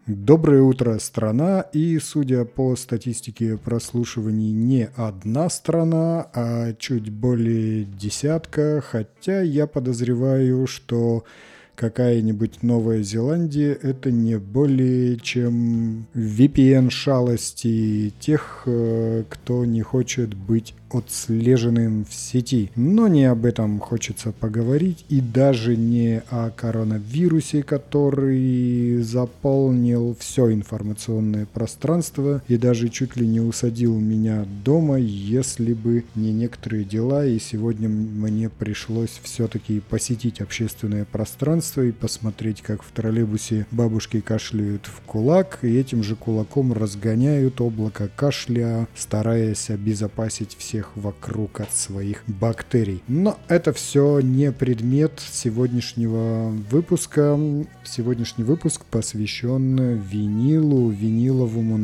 Доброе утро, страна, и, судя по статистике прослушиваний, не одна страна, а чуть более десятка, хотя я подозреваю, что какая-нибудь Новая Зеландия – это не более чем VPN-шалости тех, кто не хочет быть отслеженным в сети. Но не об этом хочется поговорить, и даже не о коронавирусе, который заполнил все информационное пространство и даже чуть ли не усадил меня дома, если бы не некоторые дела, и сегодня мне пришлось все-таки посетить общественное пространство и посмотреть, как в троллейбусе бабушки кашляют в кулак, и этим же кулаком разгоняют облако кашля, стараясь обезопасить всех вокруг от своих бактерий. Но это все не предмет сегодняшнего выпуска. Сегодняшний выпуск посвящен винилу, виниловым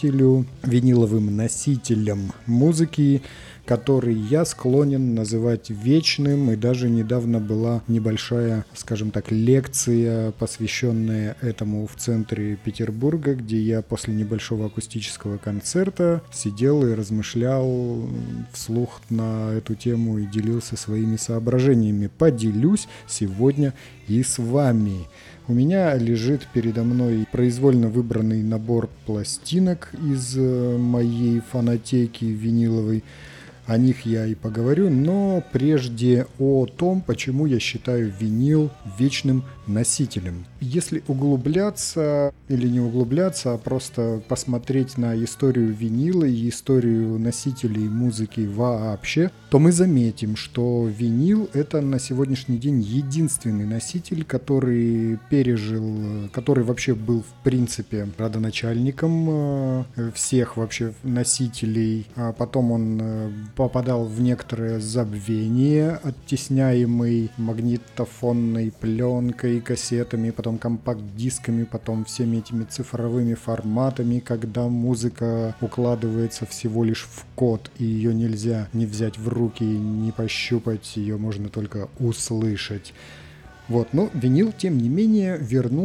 носителям музыки, который я склонен называть вечным, и даже недавно была небольшая, скажем так, лекция, посвященная этому в центре Петербурга, где я после небольшого акустического концерта сидел и размышлял вслух на эту тему и делился своими соображениями. Поделюсь сегодня и с вами. У меня лежит передо мной произвольно выбранный набор пластинок из моей фонотеки виниловой. О них я и поговорю, но прежде о том, почему я считаю винил вечным носителем. Если углубляться, или не углубляться, а просто посмотреть на историю винила и историю носителей музыки вообще, то мы заметим, что винил — это на сегодняшний день единственный носитель, который вообще был в принципе родоначальником всех вообще носителей, а потом он попадал в некоторое забвение, оттесняемый магнитофонной пленкой, кассетами, потом компакт-дисками, потом всеми этими цифровыми форматами, когда музыка укладывается всего лишь в код, и ее нельзя ни взять в руки, ни пощупать, ее можно только услышать. Но винил, тем не менее,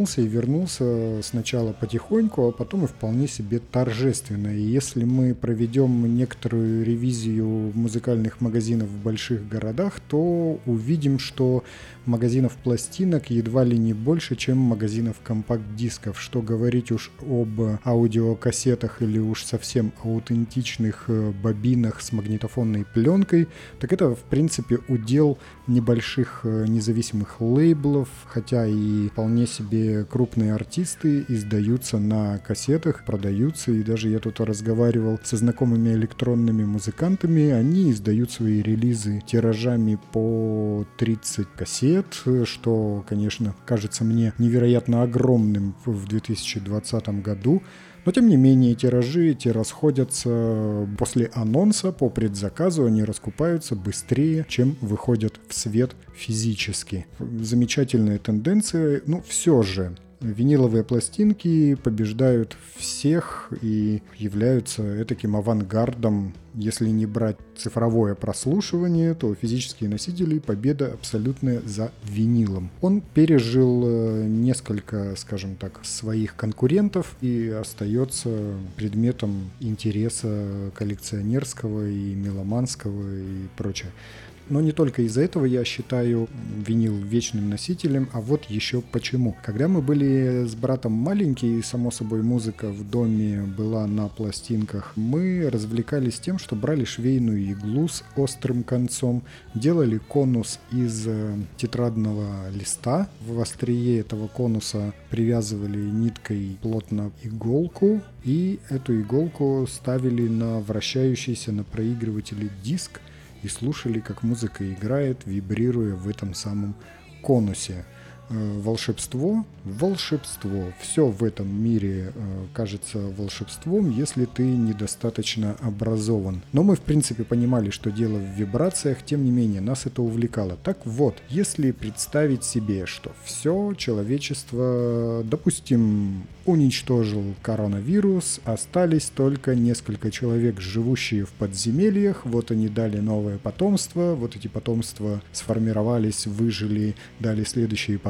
вернулся сначала потихоньку, а потом и вполне себе торжественно. И если мы проведем некоторую ревизию музыкальных магазинов в больших городах, то увидим, что магазинов пластинок едва ли не больше, чем магазинов компакт-дисков. Что говорить уж об аудиокассетах или уж совсем аутентичных бобинах с магнитофонной пленкой, так это, в принципе, удел небольших независимых лейблов, хотя и вполне себе крупные артисты издаются на кассетах, продаются, и даже я тут разговаривал со знакомыми электронными музыкантами, они издают свои релизы тиражами по 30 кассет, что, конечно, кажется мне невероятно огромным в 2020 году. Но, тем не менее, тиражи эти расходятся после анонса, по предзаказу они раскупаются быстрее, чем выходят в свет физически. Замечательная тенденция, все же. Виниловые пластинки побеждают всех и являются таким авангардом. Если не брать цифровое прослушивание, то физические носители — победа абсолютная за винилом. Он пережил несколько, скажем так, своих конкурентов и остается предметом интереса коллекционерского и меломанского и прочее. Но не только из-за этого я считаю винил вечным носителем, а вот еще почему. Когда мы были с братом маленькие, и, само собой, музыка в доме была на пластинках, мы развлекались тем, что брали швейную иглу с острым концом, делали конус из тетрадного листа, в острие этого конуса привязывали ниткой плотно иголку, и эту иголку ставили на вращающийся на проигрывателе диск, и слушали, как музыка играет, вибрируя в этом самом конусе. Волшебство. Все в этом мире кажется волшебством, если ты недостаточно образован. Но мы, в принципе, понимали, что дело в вибрациях, тем не менее, нас это увлекало. Так вот, если представить себе, что все человечество, допустим, уничтожил коронавирус, остались только несколько человек, живущие в подземельях, вот они дали новое потомство, вот эти потомства сформировались, выжили, дали следующие потомства,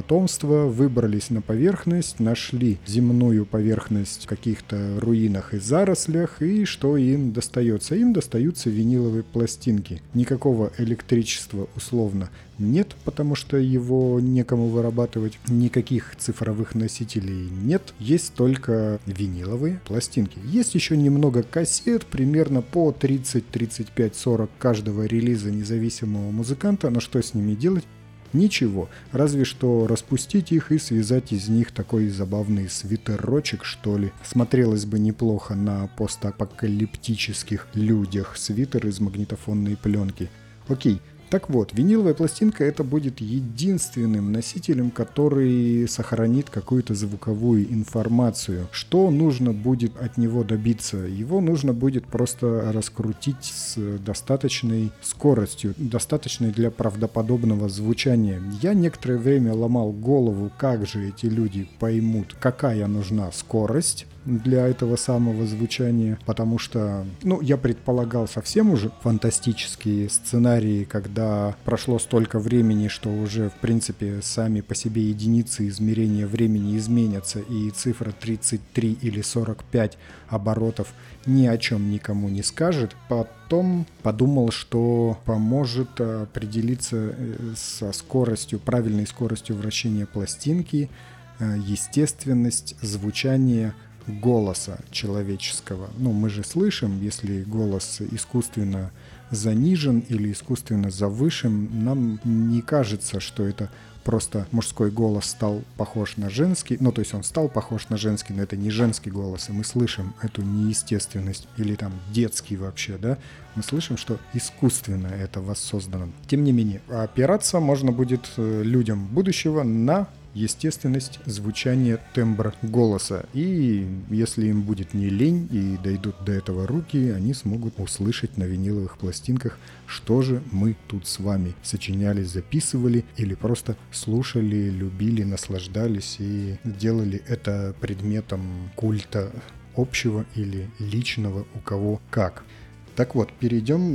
потомство, выбрались на поверхность, нашли земную поверхность в каких-то руинах и зарослях, и что им достается? Им достаются виниловые пластинки. Никакого электричества условно нет, потому что его некому вырабатывать, никаких цифровых носителей нет, есть только виниловые пластинки. Есть еще немного кассет, примерно по 30, 35, 40 каждого релиза независимого музыканта, но что с ними делать? Ничего, разве что распустить их и связать из них такой забавный свитерочек, что ли. Смотрелось бы неплохо на постапокалиптических людях, свитер из магнитофонной пленки. Окей. Так вот, виниловая пластинка это будет единственным носителем, который сохранит какую-то звуковую информацию. Что нужно будет от него добиться? Его нужно будет просто раскрутить с достаточной скоростью, достаточной для правдоподобного звучания. Я некоторое время ломал голову, как же эти люди поймут, какая нужна скорость для этого самого звучания, потому что, я предполагал совсем уже фантастические сценарии, когда прошло столько времени, что уже, в принципе, сами по себе единицы измерения времени изменятся, и цифра 33 или 45 оборотов ни о чем никому не скажет. Потом подумал, что поможет определиться со скоростью, правильной скоростью вращения пластинки, естественность звучания голоса человеческого. Мы же слышим, если голос искусственно занижен или искусственно завышен, нам не кажется, что это просто мужской голос стал похож на женский, то есть он стал похож на женский, но это не женский голос, и мы слышим эту неестественность, или там детский вообще, да, мы слышим, что искусственно это воссоздано. Тем не менее, опираться можно будет людям будущего на естественность звучания тембра голоса. И если им будет не лень и дойдут до этого руки, они смогут услышать на виниловых пластинках, что же мы тут с вами сочиняли, записывали или просто слушали, любили, наслаждались и делали это предметом культа общего или личного, у кого как. Так вот, перейдем,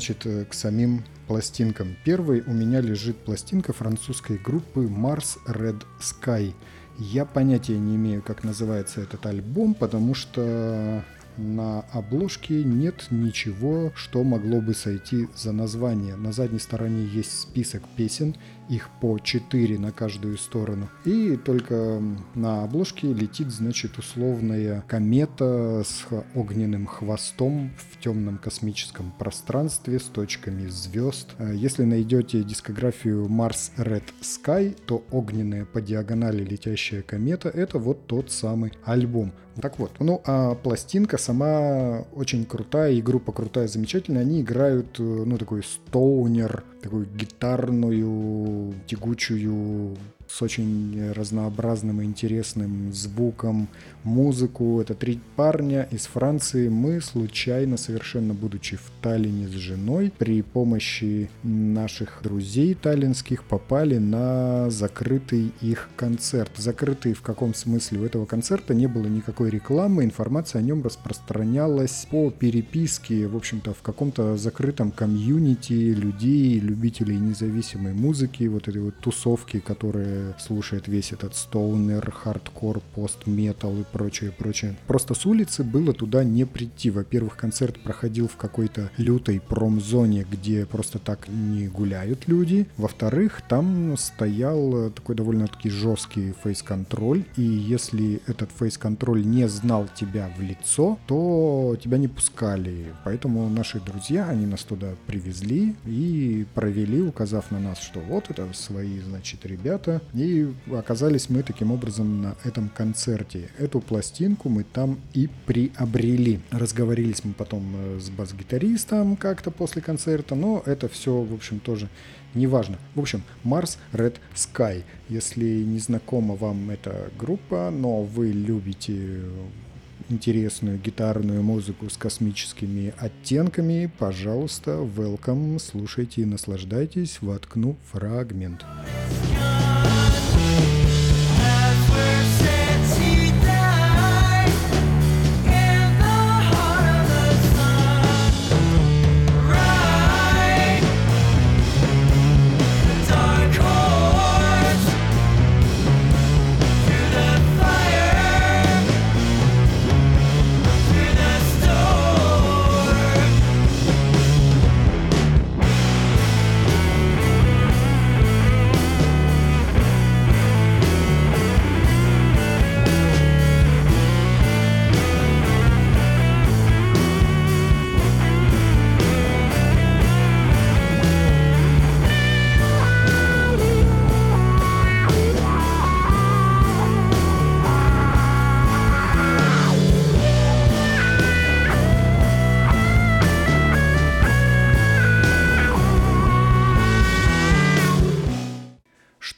к самим пластинкам. Первой у меня лежит пластинка французской группы Mars Red Sky. Я понятия не имею, как называется этот альбом, потому что на обложке нет ничего, что могло бы сойти за название. На задней стороне есть список песен, их по 4 на каждую сторону. И только на обложке летит, условная комета с огненным хвостом в темном космическом пространстве с точками звезд. Если найдете дискографию Mars Red Sky, то огненная по диагонали летящая комета — это вот тот самый альбом. Так вот, а пластинка сама очень крутая, и группа крутая, замечательная. Они играют, такой стоунер, такую гитарную, тягучую, с очень разнообразным и интересным звуком музыку. Это 3 парня из Франции. Мы случайно, совершенно будучи в Таллине с женой, при помощи наших друзей таллинских попали на закрытый их концерт. Закрытый в каком смысле? У этого концерта не было никакой рекламы, информация о нем распространялась по переписке, в общем-то, в каком-то закрытом комьюнити людей, любителей независимой музыки, вот этой вот тусовки, которая слушает весь этот стоунер, хардкор, пост-метал и прочее. Просто с улицы было туда не прийти. Во-первых, концерт проходил в какой-то лютой промзоне, где просто так не гуляют люди. Во-вторых, там стоял такой довольно-таки жесткий фейс-контроль, и если этот фейс-контроль не знал тебя в лицо, то тебя не пускали. Поэтому наши друзья, они нас туда привезли и провели, указав на нас, что вот это свои, ребята. И оказались мы таким образом на этом концерте. Эту пластинку мы там и приобрели. Разговорились мы потом с бас-гитаристом как-то после концерта, но это все, в общем, тоже не важно. В общем, Mars Red Sky. Если не знакома вам эта группа, но вы любите интересную гитарную музыку с космическими оттенками, пожалуйста, welcome, слушайте и наслаждайтесь. Воткну фрагмент.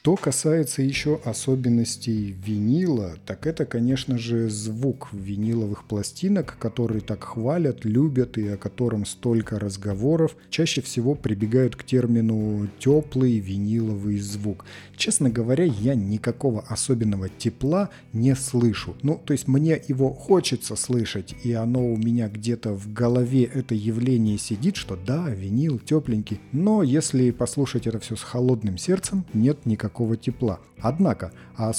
Что касается еще особенностей винила, так это, конечно же, звук виниловых пластинок, которые так хвалят, любят и о котором столько разговоров. Чаще всего прибегают к термину «теплый виниловый звук». Честно говоря, я никакого особенного тепла не слышу. Ну, то есть мне его хочется слышать, и оно у меня где-то в голове, это явление сидит, что да, винил тепленький. Но если послушать это все с холодным сердцем, нет никакого тепла. Однако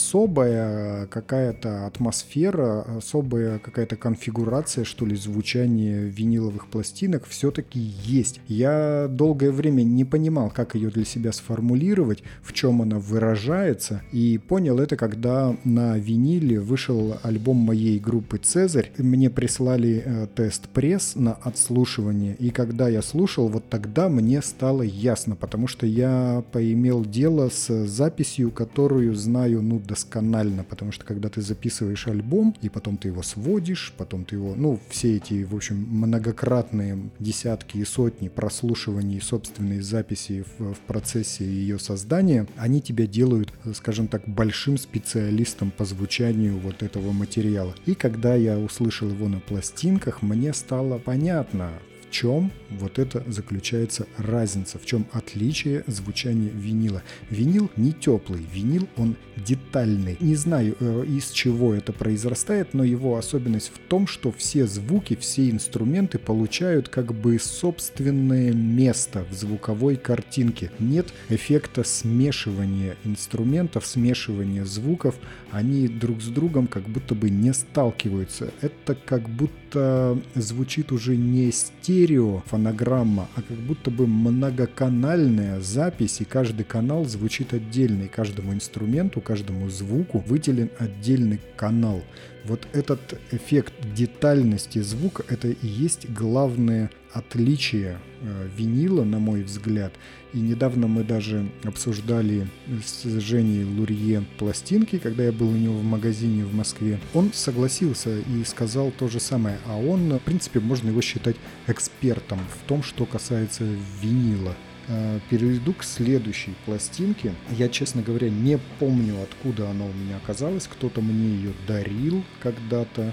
особая какая-то атмосфера, особая какая-то конфигурация, что ли, звучания виниловых пластинок все-таки есть. Я долгое время не понимал, как ее для себя сформулировать, в чем она выражается, и понял это, когда на виниле вышел альбом моей группы «Цезарь». Мне прислали тест-пресс на отслушивание, и когда я слушал, вот тогда мне стало ясно, потому что я поимел дело с записью, которую знаю, досконально, потому что когда ты записываешь альбом, и потом ты его сводишь, потом ты его, все эти, в общем, многократные десятки и сотни прослушиваний собственной записи в процессе ее создания, они тебя делают, скажем так, большим специалистом по звучанию вот этого материала. И когда я услышал его на пластинках, мне стало понятно, в чем вот это заключается разница, в чем отличие звучания винила. Винил не теплый, винил он детальный. Не знаю, из чего это произрастает, но его особенность в том, что все звуки, все инструменты получают как бы собственное место в звуковой картинке. Нет эффекта смешивания инструментов, смешивания звуков, они друг с другом как будто бы не сталкиваются. Это как будто звучит уже не стереофонограмма, а как будто бы многоканальная запись, и каждый канал звучит отдельно, и каждому инструменту, каждому звуку выделен отдельный канал. Вот этот эффект детальности звука — это и есть главное отличие винила, на мой взгляд. И недавно мы даже обсуждали с Женей Лурье пластинки, когда я был у него в магазине в Москве. Он согласился и сказал то же самое. А он, в принципе, можно его считать экспертом в том, что касается винила. Перейду к следующей пластинке. Я, честно говоря, не помню, откуда она у меня оказалась. Кто-то мне ее дарил когда-то.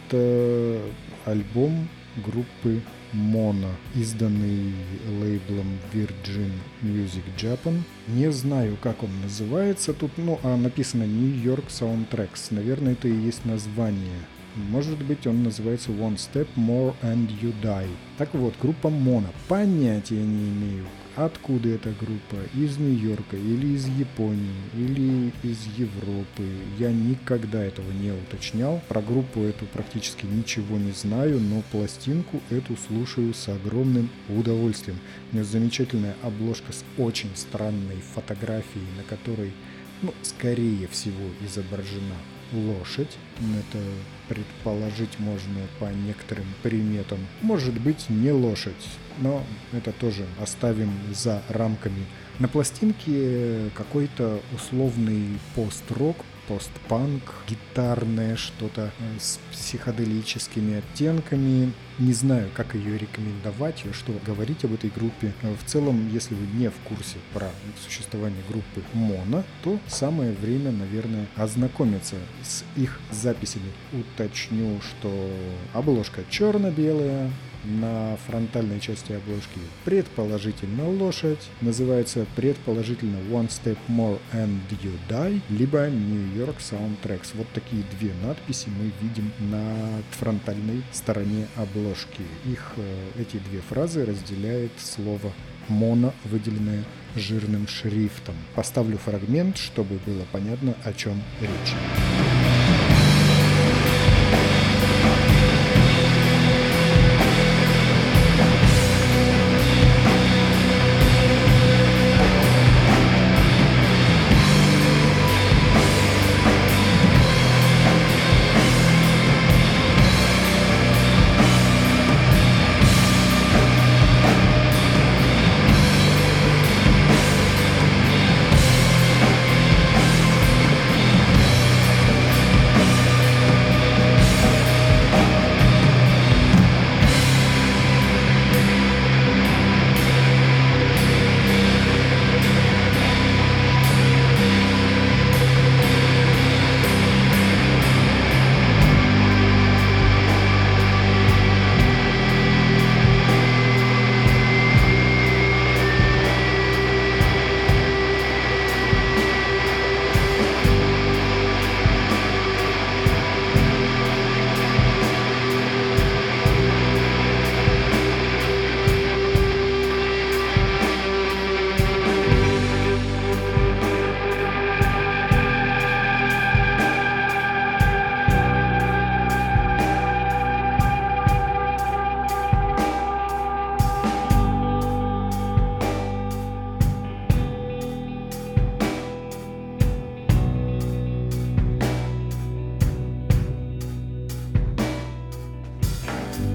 Это альбом группы Mono, изданный лейблом Virgin Music Japan. Не знаю, как он называется тут, написано New York Soundtracks. Наверное, это и есть название. Может быть, он называется One Step More and You Die. Так вот, группа Mono. Понятия не имею, откуда эта группа, из Нью-Йорка или из Японии, или из Европы. Я никогда этого не уточнял. Про группу эту практически ничего не знаю, но пластинку эту слушаю с огромным удовольствием. У нее замечательная обложка с очень странной фотографией, на которой, скорее всего, изображена лошадь. Это предположить можно по некоторым приметам. Может быть, не лошадь, но это тоже оставим за рамками. На пластинке какой-то условный пост-рок, постпанк, гитарное что-то с психоделическими оттенками. Не знаю, как ее рекомендовать, что говорить об этой группе. В целом, если вы не в курсе про существование группы Mono, то самое время, наверное, ознакомиться с их записями. Уточню, что обложка черно-белая, на фронтальной части обложки предположительно лошадь, называется предположительно One Step More and You Die, либо New York Soundtracks. Вот такие две надписи мы видим на фронтальной стороне обложки. Эти две фразы разделяет слово «моно», выделенное жирным шрифтом. Поставлю фрагмент, чтобы было понятно, о чем речь.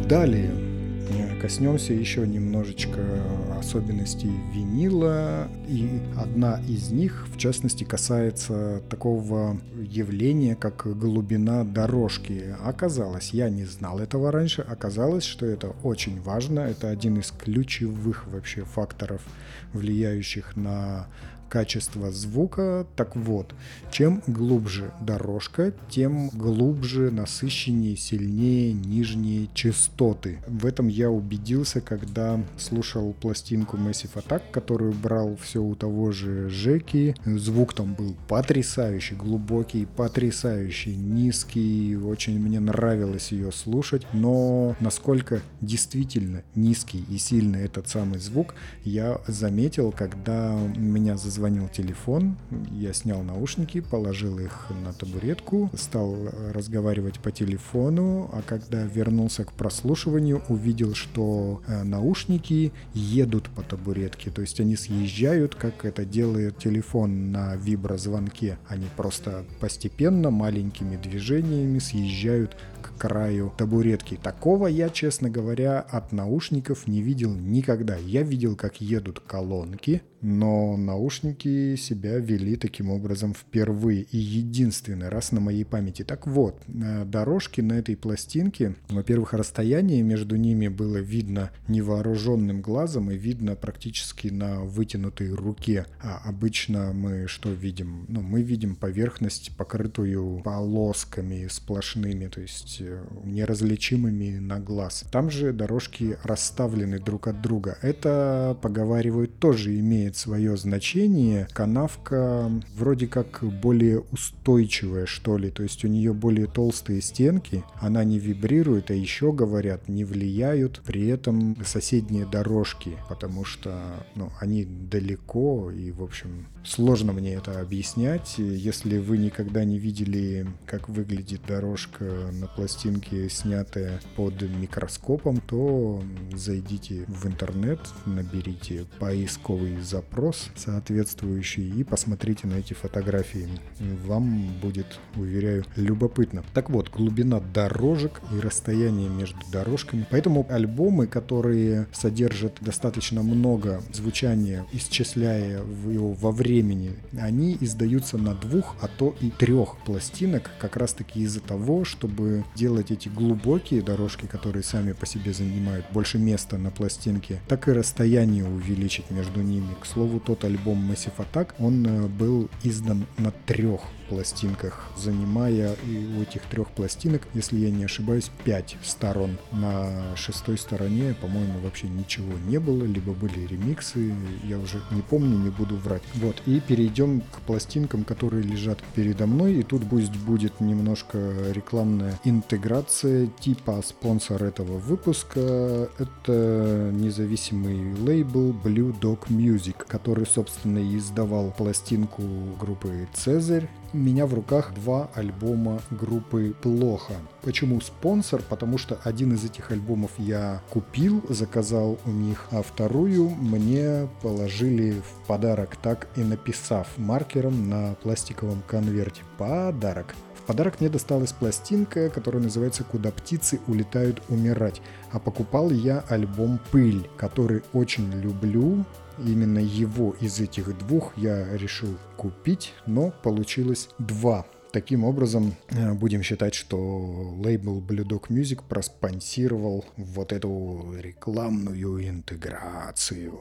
Далее коснемся еще немножечко особенностей винила, и одна из них, в частности, касается такого явления, как глубина дорожки. Оказалось, я не знал этого раньше, оказалось, что это очень важно, это один из ключевых вообще факторов, влияющих на качество звука. Так вот, чем глубже дорожка, тем глубже, насыщеннее, сильнее нижние частоты. В этом я убедился, когда слушал пластинку Massive Attack, которую брал все у того же Жеки. Звук там был потрясающий, глубокий, потрясающий, низкий. Очень мне нравилось ее слушать. Но насколько действительно низкий и сильный этот самый звук, я заметил, когда меня зазвонил телефон, я снял наушники, положил их на табуретку, стал разговаривать по телефону, а когда вернулся к прослушиванию, увидел, что наушники едут по табуретке, то есть они съезжают, как это делает телефон на виброзвонке. Они просто постепенно, маленькими движениями съезжают к краю табуретки. Такого я, честно говоря, от наушников не видел никогда. Я видел, как едут колонки, но наушники себя вели таким образом впервые и единственный раз на моей памяти. Так вот, дорожки на этой пластинке, во-первых, расстояние между ними было видно невооруженным глазом и видно практически на вытянутой руке. А обычно мы что видим? Мы видим поверхность, покрытую полосками сплошными, то есть неразличимыми на глаз. Там же дорожки расставлены друг от друга. Это, поговаривают, тоже имеет свое значение. Канавка вроде как более устойчивая, что ли, то есть у нее более толстые стенки, она не вибрирует, а еще, говорят, не влияют при этом соседние дорожки, потому что они далеко, и, в общем, сложно мне это объяснять. Если вы никогда не видели, как выглядит дорожка на пластинке, снятая под микроскопом, то зайдите в интернет, наберите поисковый запрос соответствующий и посмотрите на эти фотографии. Вам будет, уверяю, любопытно. Так вот, глубина дорожек и расстояние между дорожками. Поэтому альбомы, которые содержат достаточно много звучания, исчисляя его во времени, они издаются на 2, а то и 3 пластинок, как раз таки из-за того, чтобы делать эти глубокие дорожки, которые сами по себе занимают больше места на пластинке, так и расстояние увеличить между ними. К слову, тот альбом Massive Attack, он был издан на 3 пластинках, занимая и у этих 3 пластинок, если я не ошибаюсь, 5 сторон. На 6-й стороне, по-моему, вообще ничего не было, либо были ремиксы, я уже не помню, не буду врать. Вот, и перейдем к пластинкам, которые лежат передо мной, и тут пусть будет немножко рекламная интеграция, типа спонсор этого выпуска. Это независимый лейбл Blue Dog Music, который, собственно, и издавал пластинку группы Цезарь. У меня в руках 2 альбома группы Плохо. Почему спонсор? Потому что один из этих альбомов я купил, заказал у них, а вторую мне положили в подарок, так и написав маркером на пластиковом конверте. Подарок. В подарок мне досталась пластинка, которая называется «Куда птицы улетают умирать». А покупал я альбом «Пыль», который очень люблю. Именно его из этих 2 я решил купить, но получилось 2. Таким образом, будем считать, что лейбл Blue Dog Music проспонсировал вот эту рекламную интеграцию.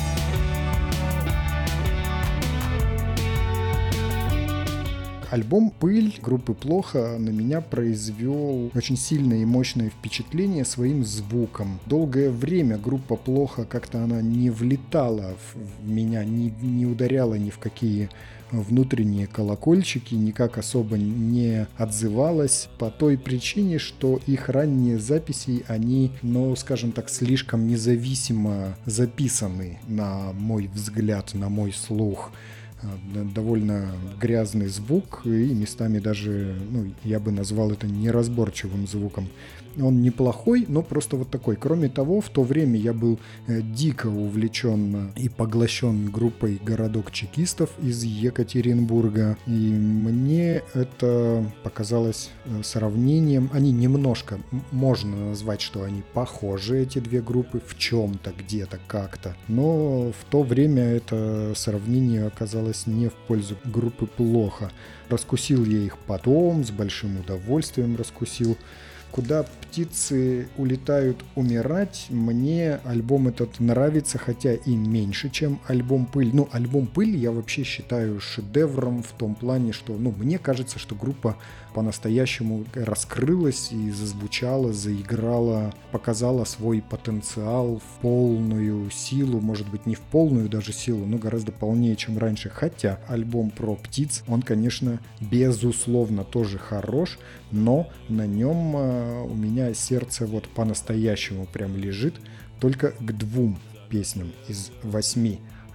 Альбом «Пыль» группы «Плохо» на меня произвел очень сильное и мощное впечатление своим звуком. Долгое время группа «Плохо» как-то она не влетала в меня, не ударяла ни в какие внутренние колокольчики, никак особо не отзывалась по той причине, что их ранние записи, они, скажем так, слишком независимо записаны, на мой взгляд, на мой слух. довольно грязный звук и местами даже, я бы назвал это неразборчивым звуком. Он неплохой, но просто вот такой. Кроме того, в то время я был дико увлечен и поглощен группой «Городок чекистов» из Екатеринбурга. И мне это показалось сравнением. Они немножко, можно назвать, что они похожи, эти две группы, в чем-то, где-то, как-то. Но в то время это сравнение оказалось не в пользу группы плохо. Раскусил я их потом, с большим удовольствием раскусил. «Куда птицы улетают умирать», мне альбом этот нравится, хотя и меньше, чем альбом «Пыль». Альбом «Пыль» я вообще считаю шедевром в том плане, что, мне кажется, что группа по-настоящему раскрылась и зазвучала, заиграла, показала свой потенциал в полную силу, может быть, не в полную даже силу, но гораздо полнее, чем раньше. Хотя альбом про птиц, он, конечно, безусловно тоже хорош, но на нем у меня сердце вот по-настоящему прям лежит только к 2 песням из 8.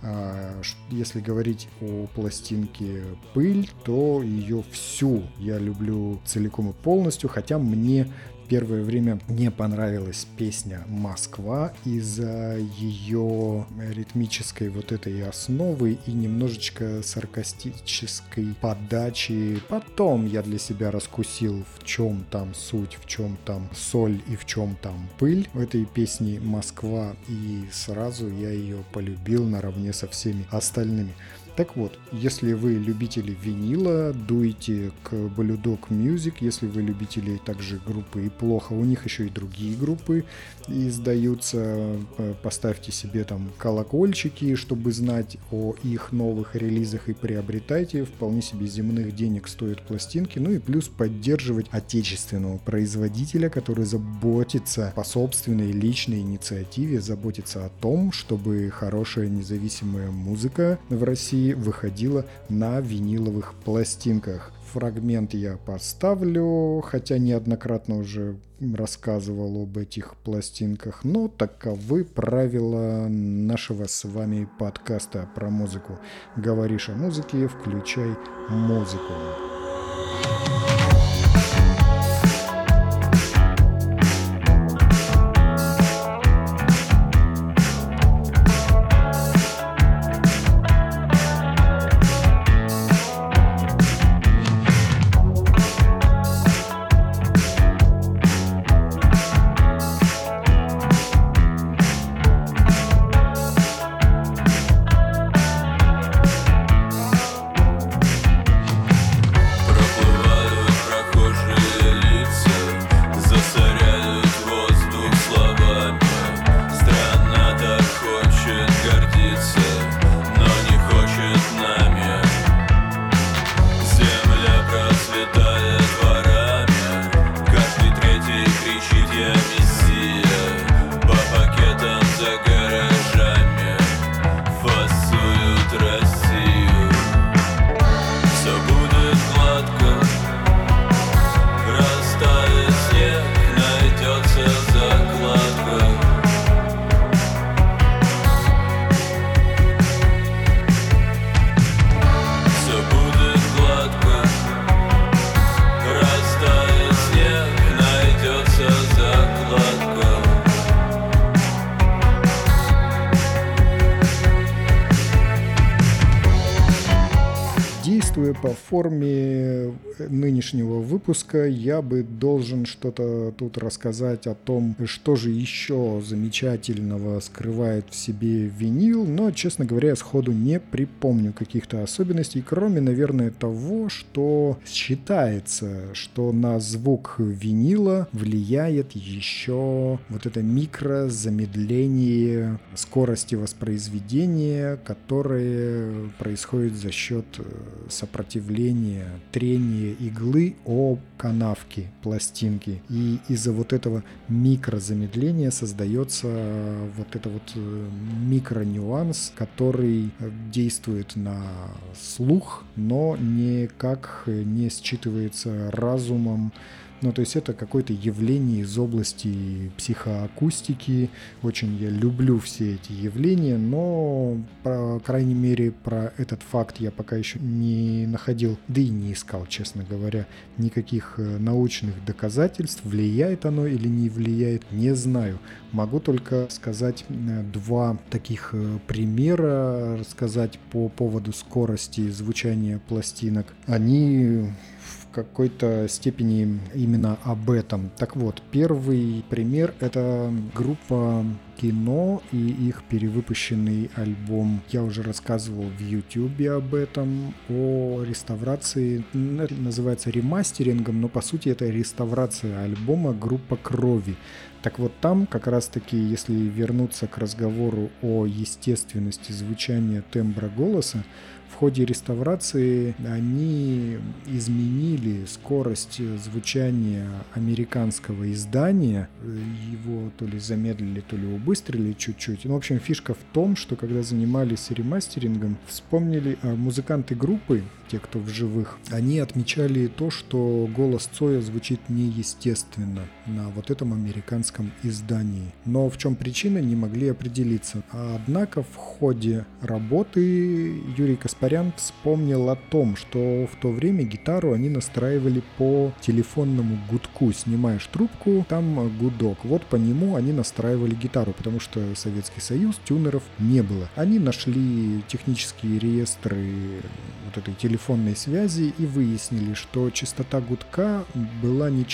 Если говорить о пластинке «Пыль», то ее всю я люблю целиком и полностью, хотя мне первое время не понравилась песня «Москва» из-за ее ритмической вот этой основы и немножечко саркастической подачи. Потом я для себя раскусил, в чем там суть, в чем там соль и в чем там пыль в этой песне «Москва», и сразу я ее полюбил наравне со всеми остальными. Так вот, если вы любители винила, дуйте к Blue Dog Music. Если вы любители также группы «И плохо», у них еще и другие группы издаются. Поставьте себе там колокольчики, чтобы знать о их новых релизах, и приобретайте. Вполне себе земных денег стоят пластинки. И плюс поддерживать отечественного производителя, который заботится по собственной личной инициативе, заботится о том, чтобы хорошая независимая музыка в России выходила на виниловых пластинках. Фрагмент я поставлю, хотя неоднократно уже рассказывал об этих пластинках, но таковы правила нашего с вами подкаста про музыку. Говоришь о музыке, включай музыку. По форме нынешнего выпуска я бы должен что-то тут рассказать о том, что же еще замечательного скрывает в себе винил, но, честно говоря, я сходу не припомню каких-то особенностей, кроме, наверное, того, что считается, что на звук винила влияет еще вот это микрозамедление скорости воспроизведения, которое происходит за счет сопротивления, трения иглы о канавки пластинки. И из-за вот этого микрозамедления создается вот это вот микронюанс, который действует на слух, но никак не считывается разумом Ну, то есть это какое-то явление из области психоакустики. Очень я люблю все эти явления, но, по крайней мере, про этот факт я пока еще не находил, да и не искал, честно говоря, никаких научных доказательств. Влияет оно или не влияет, не знаю. Могу только сказать два таких примера, рассказать по поводу скорости звучания пластинок. Они в какой-то степени именно об этом. Так вот, первый пример — это группа Кино и их перевыпущенный альбом. Я уже рассказывал в YouTube об этом, о реставрации. Это называется ремастерингом, но по сути это реставрация альбома группа Крови. Так вот там как раз-таки, если вернуться к разговору о естественности звучания тембра голоса, в ходе реставрации они изменили скорость звучания американского издания. Его то ли замедлили, то ли убыстрили чуть-чуть. Ну, в общем, фишка в том, что когда занимались ремастерингом, вспомнили музыканты группы, те, кто в живых, они отмечали то, что голос Цоя звучит неестественно на вот этом американском издании. Но в чем причина, не могли определиться. Однако в ходе работы Юрий Каспарян вспомнил о том, что в то время гитару они настраивали по телефонному гудку. Снимаешь трубку, там гудок. Вот по нему они настраивали гитару, потому что Советский Союз, тюнеров не было. Они нашли технические реестры вот этой телефонной связи и выяснили, что частота гудка была не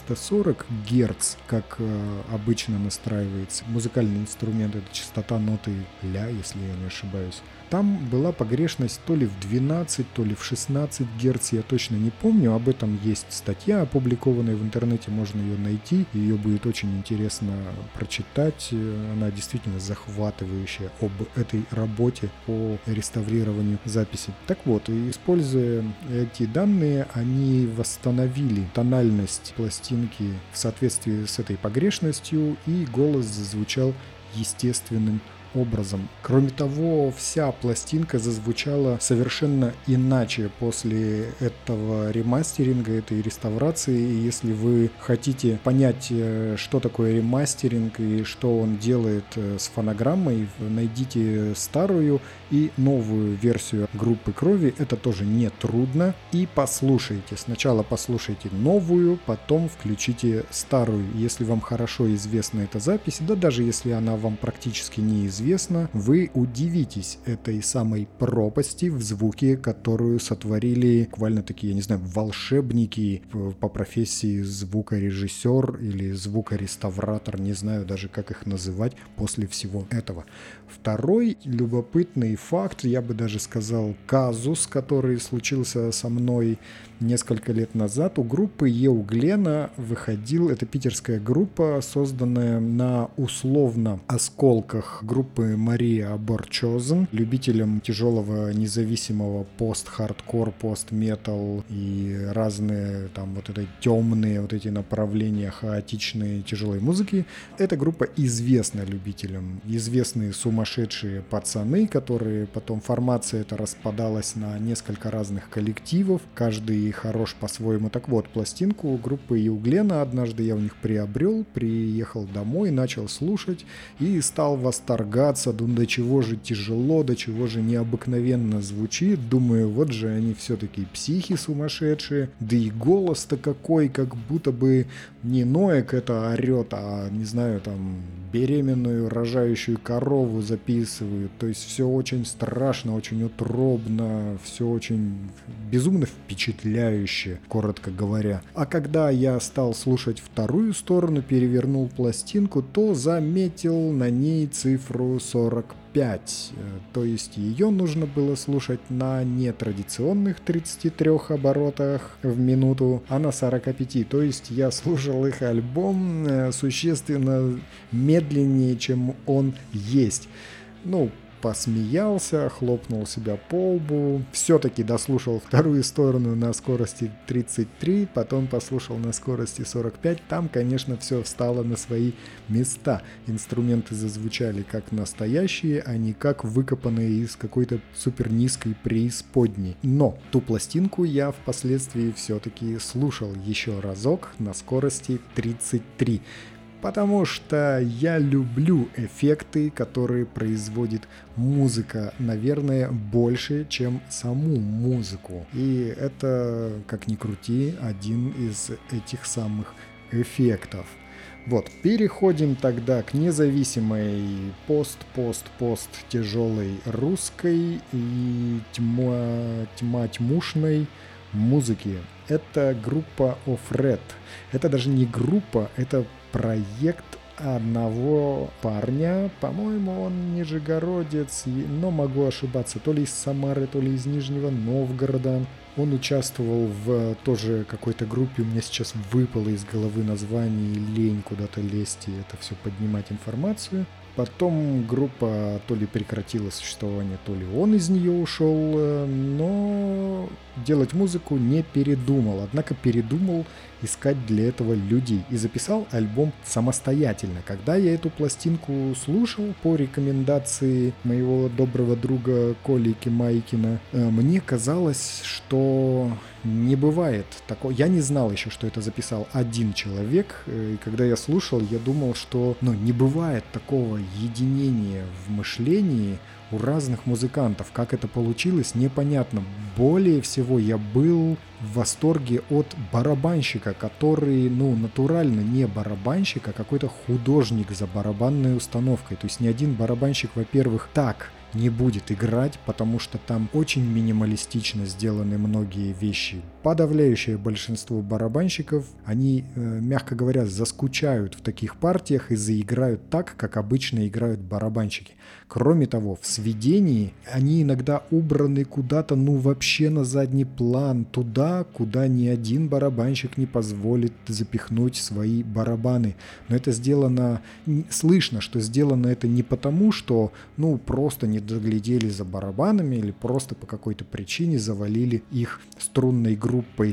440 Гц, как обычно настраивается. Музыкальный инструмент — это частота ноты ля, если я не ошибаюсь. Там была погрешность то ли в 12, то ли в 16 Гц, я точно не помню. Об этом есть статья, опубликованная в интернете, можно ее найти. Ее будет очень интересно прочитать. Она действительно захватывающая об этой работе по реставрированию записи. Так вот, используя эти данные, они восстановили тональность пластинки в соответствии с этой погрешностью, и голос зазвучал естественным образом. Кроме того, вся пластинка зазвучала совершенно иначе после этого ремастеринга, этой реставрации. И если вы хотите понять, что такое ремастеринг и что он делает с фонограммой, найдите старую и новую версию группы Крови. Это тоже не трудно. И послушайте. Сначала послушайте новую, потом включите старую. Если вам хорошо известна эта запись, да даже если она вам практически неизвестна, вы удивитесь этой самой пропасти в звуке, которую сотворили буквально-таки, я не знаю, волшебники по профессии звукорежиссер или звукореставратор, не знаю даже, как их называть после всего этого. Второй любопытный факт, я бы даже сказал казус, который случился со мной несколько лет назад. У группы Еуглена выходил, это питерская группа, созданная на условно осколках группы Мария Аборчозен, любителям тяжелого независимого пост-хардкор, пост-метал и разные там вот это темные вот эти направления хаотичной тяжелой музыки. Эта группа известна любителям, известные сумасшедшие пацаны, которые потом формация эта распадалась на несколько разных коллективов, каждый хорош по-своему. Так вот, пластинку группы Еуглена однажды я у них приобрел, приехал домой, начал слушать и стал восторгаться, до чего же тяжело, до чего же необыкновенно звучит. Думаю, вот же они все-таки психи сумасшедшие, да и голос-то какой, как будто бы не Ноэк это орет, а, не знаю, там, беременную рожающую корову записывают. То есть все очень страшно, очень утробно, все очень безумно впечатляюще, коротко говоря. А когда я стал слушать вторую сторону, перевернул пластинку, то заметил на ней цифру 45. То есть ее нужно было слушать на нетрадиционных 33 оборотах в минуту, а на 45. То есть я слушал их альбом существенно медленнее, чем он есть. Ну, посмеялся, хлопнул себя по лбу, все-таки дослушал вторую сторону на скорости 33, потом послушал на скорости 45. Там, конечно, все встало на свои места. Инструменты зазвучали как настоящие, а не как выкопанные из какой-то супер низкой преисподней. Но ту пластинку я впоследствии все-таки слушал еще разок на скорости 33. Потому что я люблю эффекты, которые производит музыка, наверное, больше, чем саму музыку. И это, как ни крути, один из этих самых эффектов. Вот, переходим тогда к независимой пост тяжелой русской и тьмушной музыки. Это группа Of Red. Это даже не группа, это проект одного парня, по-моему, он нижегородец, но могу ошибаться, то ли из Самары, то ли из Нижнего Новгорода. Он участвовал в тоже какой-то группе, у меня сейчас выпало из головы название, лень куда-то лезть и это все поднимать информацию. Потом группа то ли прекратила существование, то ли он из нее ушел, но делать музыку не передумал. Однако передумал искать для этого людей и записал альбом самостоятельно. Когда я эту пластинку слушал по рекомендации моего доброго друга Коли Кимайкина, мне казалось, что не бывает такого. Я не знал еще, что это записал один человек, и когда я слушал, я думал, что не бывает такого единения в мышлении у разных музыкантов. Как это получилось, непонятно. Более всего я был в восторге от барабанщика, который, натурально не барабанщик, а какой-то художник за барабанной установкой. То есть ни один барабанщик, во-первых, так не будет играть, потому что там очень минималистично сделаны многие вещи. Подавляющее большинство барабанщиков, они, мягко говоря, заскучают в таких партиях и заиграют так, как обычно играют барабанщики. Кроме того, в сведении они иногда убраны куда-то, вообще на задний план, туда, куда ни один барабанщик не позволит запихнуть свои барабаны. Но это сделано, слышно, что сделано это не потому, что, просто не доглядели за барабанами или просто по какой-то причине завалили их струнной группой.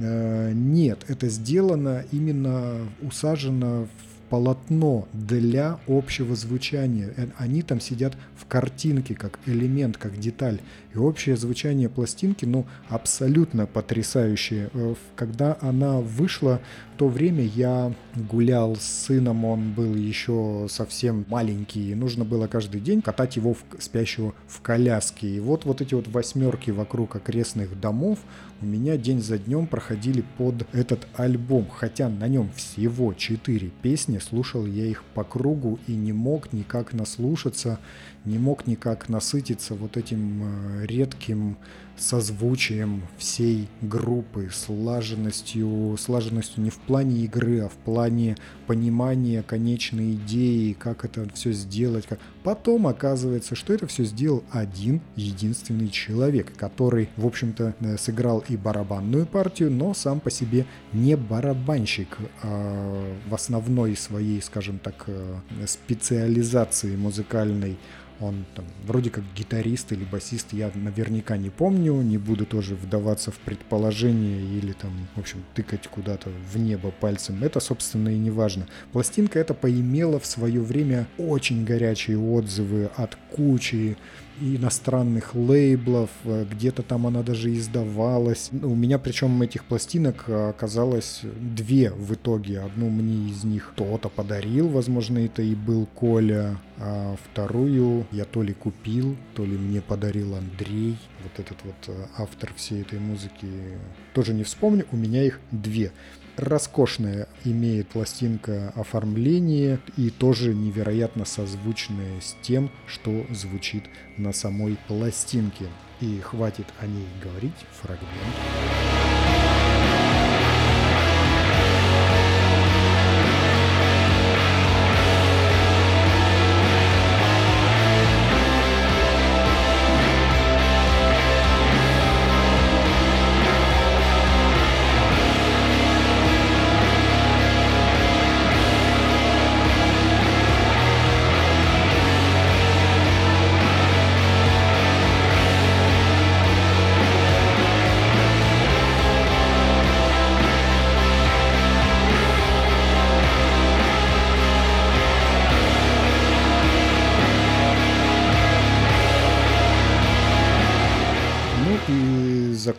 Нет, это сделано именно усажено в полотно для общего звучания. Они там сидят в картинке, как элемент, как деталь. И общее звучание пластинки, абсолютно потрясающее. Когда она вышла, в то время я гулял с сыном, он был еще совсем маленький, нужно было каждый день катать его спящего в коляске. И вот эти восьмерки вокруг окрестных домов у меня день за днем проходили под этот альбом, хотя на нем всего 4 песни, слушал я их по кругу и не мог никак наслушаться, не мог никак насытиться этим редким созвучием всей группы, слаженностью не в плане игры, а в плане понимания конечной идеи, как это все сделать. Потом оказывается, что это все сделал один единственный человек, который, в общем-то, сыграл и барабанную партию, но сам по себе не барабанщик, а в основной своей, скажем так, специализации музыкальной. Он там вроде как гитарист или басист, я наверняка не помню, не буду тоже вдаваться в предположение или там, в общем, тыкать куда-то в небо пальцем. Это, собственно, и не важно. Пластинка эта поимела в свое время очень горячие отзывы от кучи иностранных лейблов, где-то там она даже издавалась. У меня причем этих пластинок оказалось 2 в итоге. Одну мне из них кто-то подарил, возможно, это и был Коля, а вторую я то ли купил, то ли мне подарил Андрей, этот автор всей этой музыки. Тоже не вспомню, у меня их 2. Роскошное имеет пластинка оформление и тоже невероятно созвучное с тем, что звучит на самой пластинке. И хватит о ней говорить, фрагмент.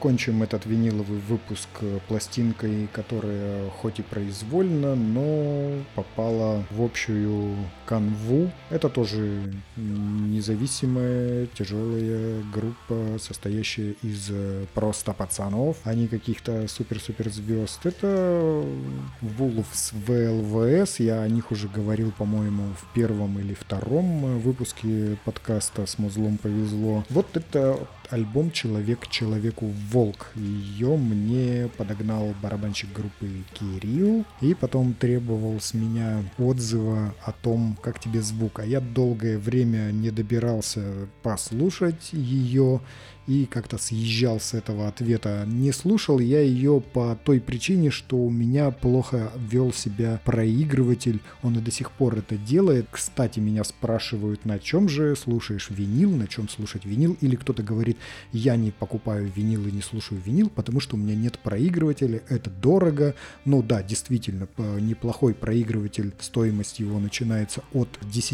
закончим этот виниловый выпуск пластинкой, которая хоть и произвольно, но попала в общую канву. Это тоже независимая, тяжелая группа, состоящая из просто пацанов, а не каких-то супер-супер звезд. Это Wolves VLVS. Я о них уже говорил, по-моему, в первом или втором выпуске подкаста «С музлом повезло». Вот это альбом «Человек человеку волк». Ее мне подогнал барабанщик группы Кирилл и потом требовал с меня отзыва о том, как тебе звук. А я долгое время не добирался послушать ее и как-то съезжал с этого ответа. Не слушал я ее по той причине, что у меня плохо вел себя проигрыватель. Он и до сих пор это делает. Кстати, меня спрашивают, на чем же слушаешь винил, на чем слушать винил. Или кто-то говорит, я не покупаю винил и не слушаю винил, потому что у меня нет проигрывателя, это дорого. Ну да, действительно, неплохой проигрыватель, стоимость его начинается от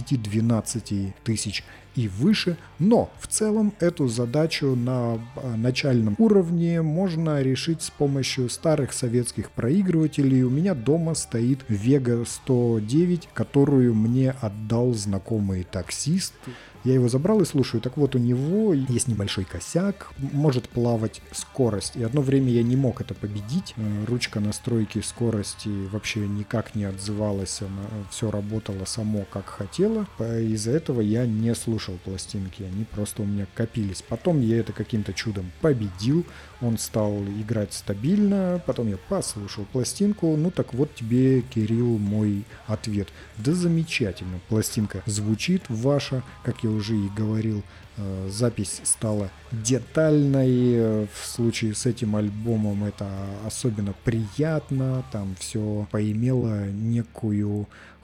10-12 тысяч и выше, но в целом эту задачу на начальном уровне можно решить с помощью старых советских проигрывателей. У меня дома стоит Vega 109, которую мне отдал знакомый таксист. Я его забрал и слушаю. Так вот, у него есть небольшой косяк, может плавать скорость. И одно время я не мог это победить. Ручка настройки скорости вообще никак не отзывалась. Она все работало само, как хотела. Из-за этого я не слушал пластинки. Они просто у меня копились. Потом я это каким-то чудом победил. Он стал играть стабильно. Потом я послушал пластинку. Ну так вот тебе, Кирилл, мой ответ. Да замечательно. Пластинка звучит ваша, как я уже и говорил. Запись стала детальной. В случае с этим альбомом это особенно приятно. Там все поимело некую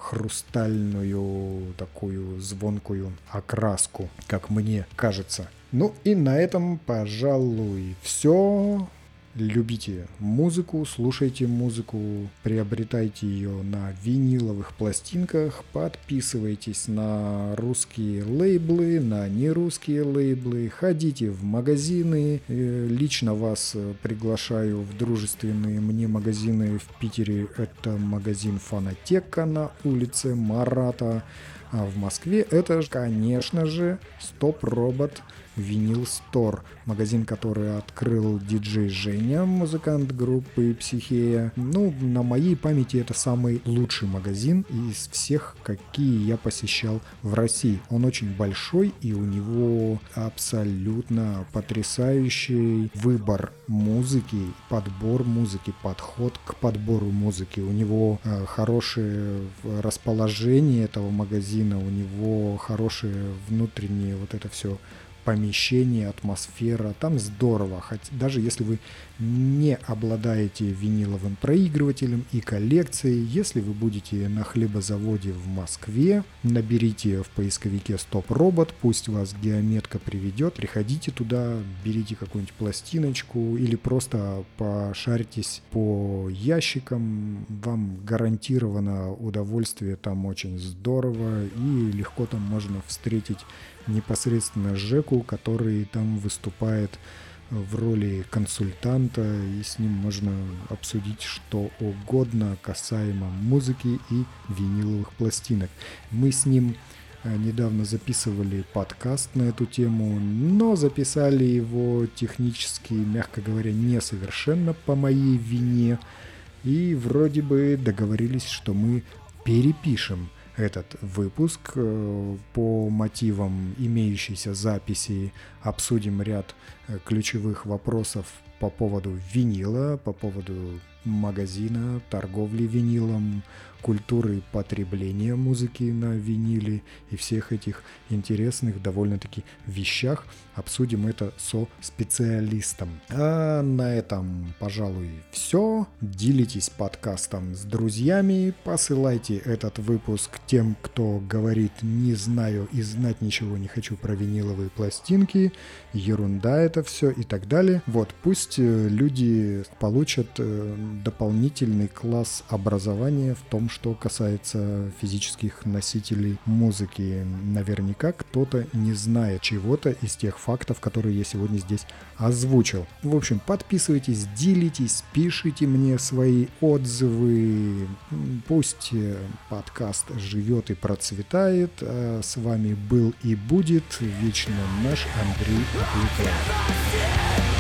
хрустальную, такую звонкую окраску, как мне кажется. Ну и на этом, пожалуй, все. Любите музыку, слушайте музыку, приобретайте ее на виниловых пластинках, подписывайтесь на русские лейблы, на нерусские лейблы, ходите в магазины. Лично вас приглашаю в дружественные мне магазины в Питере. Это магазин «Фонотека» на улице Марата. А в Москве это, конечно же, Stop Robot Vinyl Store, магазин, который открыл диджей Женя, музыкант группы Психея. Ну, на моей памяти это самый лучший магазин из всех, какие я посещал в России. Он очень большой, и у него абсолютно потрясающий выбор музыки, подбор музыки, подход к подбору музыки. У него хорошее расположение этого магазина, у него хорошее внутреннее вот это все помещение, атмосфера, там здорово. Даже если вы не обладаете виниловым проигрывателем и коллекцией, если вы будете на хлебозаводе в Москве, наберите в поисковике Stop Robot, пусть вас геометка приведет, приходите туда, берите какую-нибудь пластиночку или просто пошарьтесь по ящикам, вам гарантировано удовольствие, там очень здорово и легко там можно встретить непосредственно Жеку, который там выступает в роли консультанта, и с ним можно обсудить что угодно касаемо музыки и виниловых пластинок. Мы с ним недавно записывали подкаст на эту тему, но записали его технически, мягко говоря, несовершенно по моей вине, и вроде бы договорились, что мы перепишем этот выпуск по мотивам имеющейся записи, обсудим ряд ключевых вопросов по поводу винила, по поводу магазина, торговли винилом, культуры потребления музыки на виниле и всех этих интересных довольно-таки вещах. Обсудим это со специалистом. А на этом, пожалуй, все. Делитесь подкастом с друзьями, посылайте этот выпуск тем, кто говорит «не знаю и знать ничего не хочу про виниловые пластинки», ерунда это все и так далее. Вот, пусть люди получат дополнительный класс образования в том, что касается физических носителей музыки. Наверняка кто-то не знает чего-то из тех фактов, которые я сегодня здесь озвучил. В общем, подписывайтесь, делитесь, пишите мне свои отзывы. Пусть подкаст живет и процветает. А с вами был и будет вечно наш Андрей Апликов.